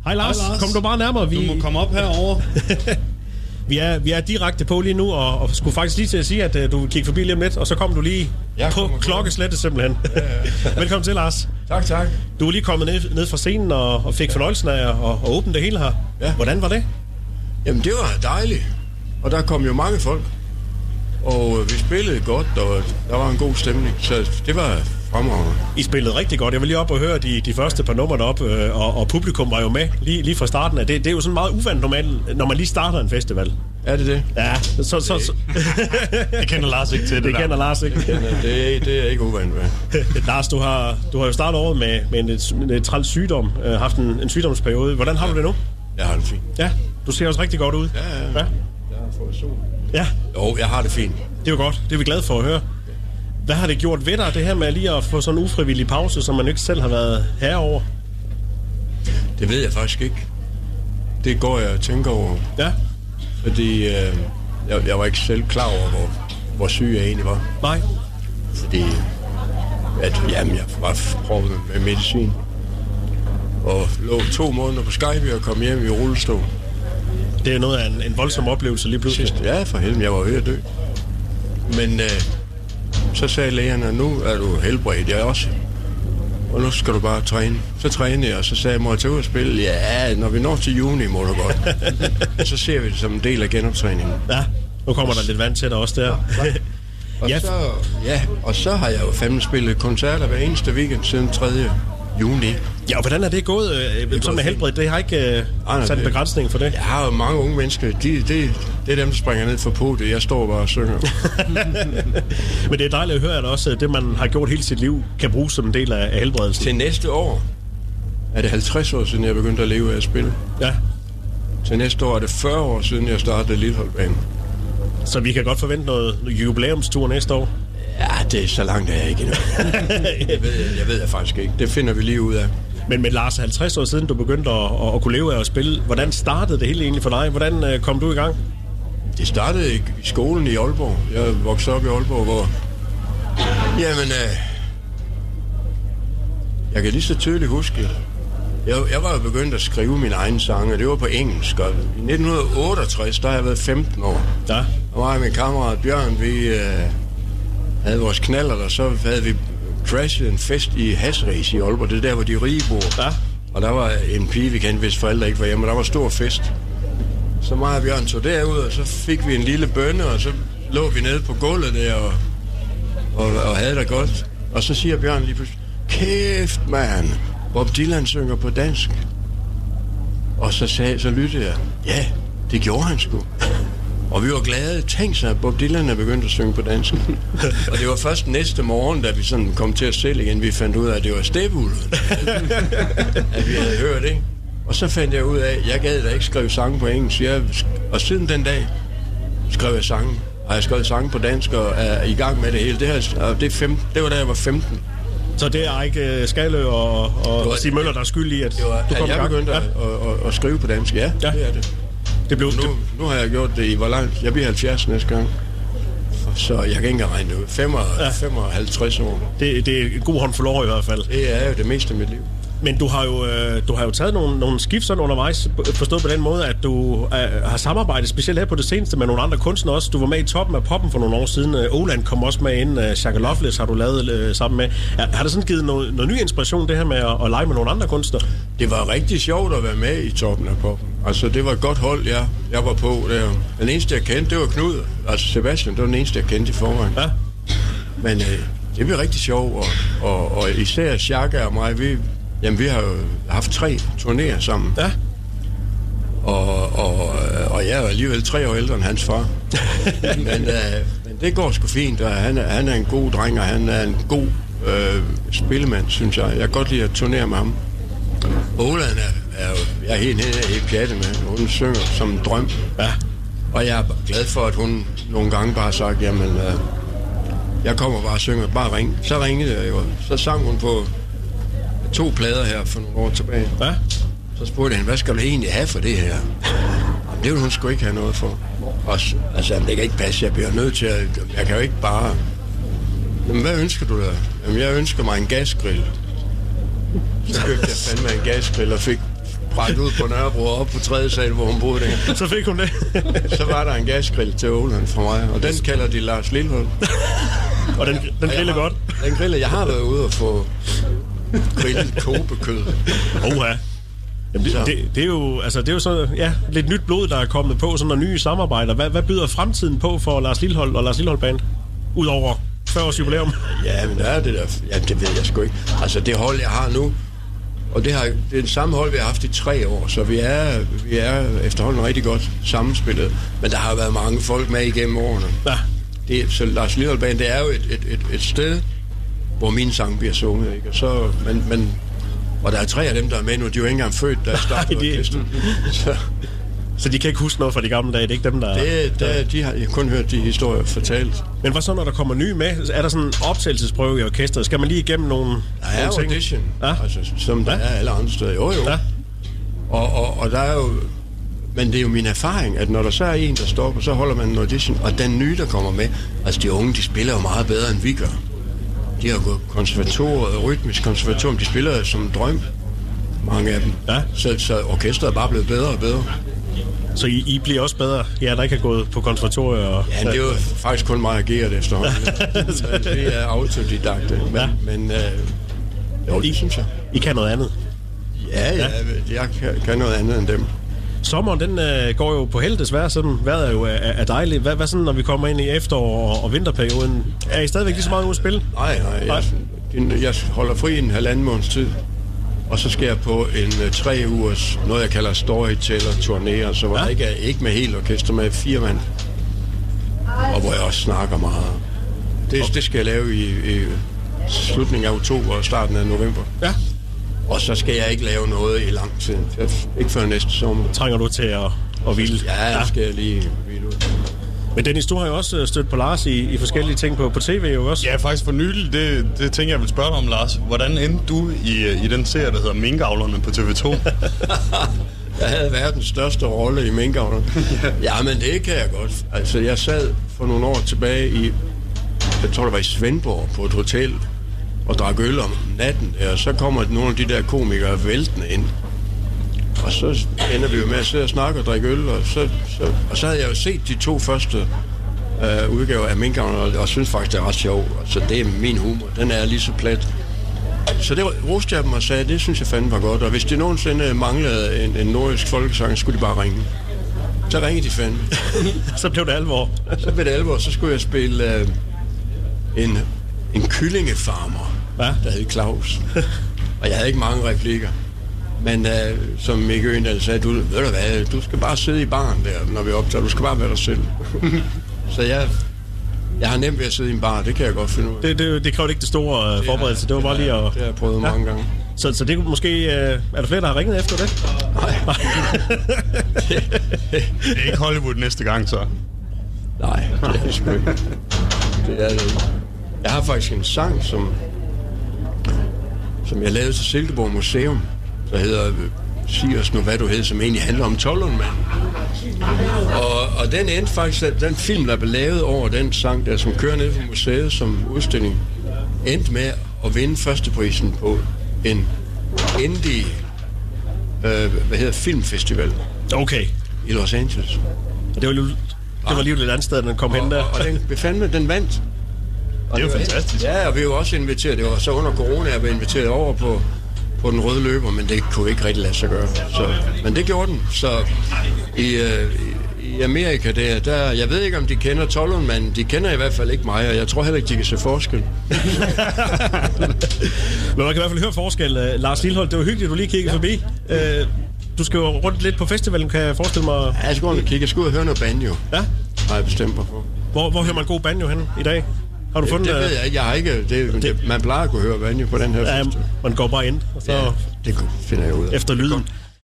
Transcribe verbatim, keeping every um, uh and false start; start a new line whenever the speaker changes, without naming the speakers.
Hej Lars. Hej Lars, kom du bare nærmere.
Vi... Du må komme op herover.
vi, er, vi er direkte på lige nu, og, og skulle faktisk lige til at sige, at uh, du vil kigge forbi lige om lidt, og så kom du lige jeg på klokkeslættet simpelthen. Ja, ja. Velkommen til, Lars.
Tak, tak.
Du er lige kommet ned, ned fra scenen og, og fik fornøjelsen af at og åbne det hele her.
Ja.
Hvordan var det?
Jamen, det var dejligt. Og der kom jo mange folk. Og vi spillede godt, og der var en god stemning, så det var fremragende.
I spillede rigtig godt. Jeg vil lige op og høre de, de første par numre deroppe, og, og publikum var jo med lige, lige fra starten af. Det, det er jo sådan meget uvandt normalt, når man lige starter en festival.
Er det det?
Ja, så... så, så, så.
Det kender Lars ikke til. Det,
det
der.
kender Lars ikke.
Det, det, er, det er ikke uvandt med.
Lars, du har, du har jo startet året med, med en, en, en træls sygdom, øh, haft en, en sygdomsperiode. Hvordan har
ja.
du det nu?
Jeg har det fint.
Ja, du ser også rigtig godt ud.
Ja, ja. ja. Jeg har fået sol.
Ja.
Jo, jeg har det fint.
Det er jo godt. Det er vi glade for at høre. Hvad har det gjort ved dig, det her med lige at få sådan en ufrivillig pause, som man ikke selv har været herover?
Det ved jeg faktisk ikke. Det går jeg og tænker over.
Ja.
Fordi øh, jeg, jeg var ikke selv klar over, hvor, hvor syg jeg egentlig var.
Nej.
Fordi at, jamen, jeg var prøvet med medicin. Og lå to måneder på Skype og kom hjem i rullestol.
Det er noget af en, en voldsom oplevelse lige pludselig.
Ja, for helvede, jeg var ved at dø. Men øh, så sagde lægerne, nu er du helbredt, jeg også. Og nu skal du bare træne. Så trænede jeg, og så sagde jeg, må jeg tage ud og spille? Ja, når vi når til juni, må du godt. Så ser vi det som en del af genoptræningen.
Ja, nu kommer der lidt vand til dig også der.
Ja, og,
ja.
Så, ja, og så har jeg jo fandme spillet koncerter hver eneste weekend siden tredje juni.
Ja, og hvordan er det gået? Øh, så med helbred, det har ikke øh, Ej, sat en begrænsning for det?
Jeg har jo mange unge mennesker, de, de, det er dem, der springer ned for podiet. Jeg står bare og synger.
Men det er dejligt at høre, at også det, man har gjort hele sit liv, kan bruges som en del af helbredelsen.
Til næste år er det halvtreds år siden, jeg begyndte at leve af at spille.
Ja.
Til næste år er det fyrre år siden, jeg startede Lilleholdbanen.
Så vi kan godt forvente noget jubilæumstur næste år?
Ja, det er så langt, er jeg ikke endnu. jeg, ved, jeg ved jeg faktisk ikke. Det finder vi lige ud af.
Men med Lars, halvtreds år siden, du begyndte at, at, at kunne leve af at spille. Hvordan startede det hele egentlig for dig? Hvordan uh, kom du i gang?
Det startede i, i skolen i Aalborg. Jeg voksede op i Aalborg, hvor... Jamen, uh... jeg kan lige så tydeligt huske... Jeg, jeg var jo begyndt at skrive mine egne sange, det var på engelsk. Og i nitten otteogtres, der har jeg været femten år.
Ja.
Og mig og min kammerat Bjørn, vi... Uh... havde vores knaller, og så havde vi crashet en fest i Hasseris i Aalborg. Det er der, hvor de rige bor. Ja. Og der var en pige, vi kendte, hvis forældre ikke var hjemme, og der var stor fest. Så mig og Bjørn tog derud, og så fik vi en lille bønne, og så lå vi nede på gulvet der, og, og, og havde det godt. Og så siger Bjørn lige pludselig, kæft mand, Bob Dylan synger på dansk. Og så, sagde, så lyttede jeg, ja, det gjorde han sgu. Og vi var glade. Tænk sig, at Bob Dylan er begyndt at synge på dansk. Og det var først næste morgen, da vi sådan kom til os selv igen, vi fandt ud af, at det var Stepulven. At vi havde hørt, ikke? Og så fandt jeg ud af, at jeg gad da ikke skrive sange på engelsk. Jeg, og siden den dag skrev jeg sange. Og jeg skrev sange på dansk og er i gang med det hele. Det, her, og det, femten, det var da jeg var femten.
Så det er ikke Skalø og, og Stig Møller, der er skyld i, at
det var,
du kom
at jeg begyndte ja. at, at, at, at skrive på dansk. Ja, ja. Det er det. Det blev, nu, nu har jeg gjort det i hvor langt? Jeg bliver halvfjerds næste gang. Så jeg kan ikke engang regne det ud. femoghalvtreds år. Det,
det er en god håndfuld år i hvert fald.
Det er jo det meste af mit liv.
Men du har jo, du har jo taget nogle, nogle skift sådan undervejs, forstået på den måde, at du uh, har samarbejdet specielt her på det seneste med nogle andre kunstnere også. Du var med i Toppen af Poppen for nogle år siden. Oland kom også med ind. Uh, Shaka Loveless har du lavet uh, sammen med. Har det sådan givet noget, noget ny inspiration, det her med at, at lege med nogle andre kunstnere?
Det var rigtig sjovt at være med i Toppen af Poppen. Altså, det var et godt hold, jeg, jeg var på. Der. Den eneste, jeg kendte, det var Knud. Altså, Sebastian, det var den eneste, jeg kendte i forvejen. Ja. Men uh, det blev rigtig sjovt, og, og, og især Shaka og mig, vi... Jamen, vi har jo haft tre turnéer sammen. Ja. Og, og, og jeg er alligevel tre år ældre end hans far. men, øh, men det går sgu fint, og han er, han er en god dreng, og han er en god øh, spillemand, synes jeg. Jeg kan godt lide at turnere med ham. Oland er, er jo, jeg er helt nede i pjatte med. Hun synger som en drøm. Ja. Og jeg er glad for, at hun nogle gange bare har sagt, jamen, øh, jeg kommer bare og synger, bare ring. Så ringede jeg jo. Så sang hun på to plader her for nogle år tilbage. Ja. Så spurgte jeg hende, hvad skal du egentlig have for det her? Jamen, det vil hun sgu ikke have noget for. Og, altså, det kan ikke passe, jeg bliver nødt til at... Jeg kan jo ikke bare... Jamen, hvad ønsker du der? Jamen, jeg ønsker mig en gasgrill. Så købte jeg fandme en gasgrill og fik bragt ud på Nørrebro og op på tredje sal, hvor hun boede der.
Så fik hun det.
Så var der en gasgrill til Åland for mig, og den kalder de Lars Lilholt.
Og den, den griller godt.
Den griller, jeg har været ude og få grillet kobekød.
Oha. Jamen, det, det, det, er jo, altså, det er jo så ja, lidt nyt blod, der er kommet på, sådan nogle nye samarbejder. Hvad, hvad byder fremtiden på for Lars Lilholt og Lars Lilholt Band? Udover fyrre års jubilæum?
Ja, men der er det der. Ja, det ved jeg sgu ikke. Altså, det hold, jeg har nu, og det, har, det er det samme hold, vi har haft i tre år, så vi er, vi er efterhånden rigtig godt sammenspillet. Men der har været mange folk med igennem årene.
Ja.
Det, så Lars Lilholt Band, det er jo et, et, et, et sted, hvor min sang bliver sunget, ikke? Og, så, men, men, og der er tre af dem, der er med nu, de er jo ikke engang født, der startede orkestret. Så,
så de kan ikke huske noget fra de gamle dage, det er ikke dem, der...
Det, der, de har jeg kun hørt de historier fortalt.
Men hvad så, når der kommer nye med? Er der sådan en optagelsesprøve i orkestret? Skal man lige igennem nogle,
der er
nogle ting?
Audition,
ja?
altså, som der ja? er alle andre steder. Jo, jo. Ja? Og, og, og der er jo... Men det er jo min erfaring, at når der så er en, der stopper, så holder man en audition, og den nye, der kommer med, altså de unge, de spiller jo meget bedre, end vi gør. De har gået konservatoriet, rytmisk konservatorium, de spiller som en drøm, mange af dem. Ja. Så, så orkestret er bare blevet bedre og bedre.
Så I, I bliver også bedre, ja, der ikke har gået på konservatoriet? Og...
Ja, det er jo faktisk kun mig, der det efterhånden. Det er autodidakte, men, ja. men øh, jo, det I, synes jeg.
I kan noget andet?
Ja, ja, jeg kan, kan noget andet end dem.
Sommeren, den øh, går jo på held desværre, sådan vejret er jo er, er dejligt. Hvad, hvad sådan, når vi kommer ind i efterår- og, og vinterperioden? Er I stadigvæk lige så meget ude at spille?
Nej, nej. Jeg, jeg, jeg holder fri en halvanden måneds tid, og så skal jeg på en uh, tre ugers, noget jeg kalder storyteller-turné, så hvor ja. jeg ikke er ikke med helt orkester, med fire mand, og hvor jeg også snakker meget. Det, okay. det skal jeg lave i, i slutningen af oktober og starten af november. Ja. Og så skal jeg ikke lave noget i lang tid. Ikke før næste sommer.
Trænger du til at, at hvile?
Ja, så skal jeg lige hvile ud.
Men Dennis, du har jo også stødt på Lars i, i forskellige ting på, på tv, jo også?
Ja, faktisk for nylig. Det, det tænker jeg vil spørge dig om, Lars. Hvordan endte du i, i den serie, der hedder Minkavlerne på T V to?
Jeg havde verdens største rolle i Minkavlerne. Ja, men det kan jeg godt. Altså, jeg sad for nogle år tilbage i, jeg tror det var i Svendborg, på et hotel, og drak øl om natten, og så kommer nogle af de der komikere væltende ind. Og så ender vi jo med at sidde og snakke og drikke øl, og så, så, og så havde jeg jo set de to første øh, udgaver af Minkavlerne, og, og synes faktisk, det er ret sjovt. Så det er min humor, den er lige så plat. Så det roste jeg dem og sagde, det synes jeg fandme var godt, og hvis de nogensinde manglede en, en nordisk folkesang, skulle de bare ringe. Så ringede de fandme.
Så blev det alvor.
Så blev det alvor, så skulle jeg spille øh, en, en kyllingefarmer, ja. der hed Claus. Og jeg havde ikke mange replikker. Men uh, som Mikke Øgendal sagde, du, ved du hvad, du skal bare sidde i baren der, når vi optager. Du skal bare være dig selv. Så jeg, jeg har nemt ved at sidde i en bar, det kan jeg godt finde ud af.
Det, det, det kræver ikke det store uh, forberedelse, det var bare lige at...
Det har jeg prøvet ja. mange gange.
Så, så det måske... Uh, er der flere, der har ringet efter det?
Nej.
det, det er ikke Hollywood næste gang, så?
Nej, det er det sgu ikke. Det er det ikke. Jeg har faktisk en sang, som, som jeg lavede til Silkeborg Museum, der hedder Sig os nu, hvad du hed, som egentlig handler om Tollundmanden. Og, og den endte faktisk, den film, der blev lavet over den sang, der som kører ned på museet som udstilling, endte med at vinde førsteprisen på en indie, øh, hvad hedder, filmfestival.
Okay.
I Los Angeles.
Det var lige, det var lige lidt andet sted, den kom
og,
hen der.
Og, og den befandme, den vandt.
Og det er jo fantastisk.
Ja, og vi var også inviteret. Det var så under corona, jeg blev inviteret over på, på den røde løber, men det kunne ikke rigtig lade sig gøre. Så, men det gjorde den. Så i, øh, i Amerika, der, der, jeg ved ikke, om de kender Tollundmanden. De kender i hvert fald ikke mig, og jeg tror heller ikke, de kan se forskel.
Men man kan i hvert fald høre forskel. Uh, Lars Lilholt, det var hyggeligt, at du lige kiggede ja. forbi. Uh, du skal jo rundt lidt på festivalen, kan jeg forestille mig.
Ja, jeg skal rundt og kigge. Jeg skal ud og høre noget banjo.
Ja?
Har jeg bestemt mig for.
Hvor, hvor hører man god banjo hen i dag? Har du fundet
det, det ved jeg ikke. Jeg har ikke... Det, det, man plejer at kunne høre banjo på den her
ja,
festival.
Man går bare ind, og så...
Ja, det finder jeg ud af.
Efter lyden.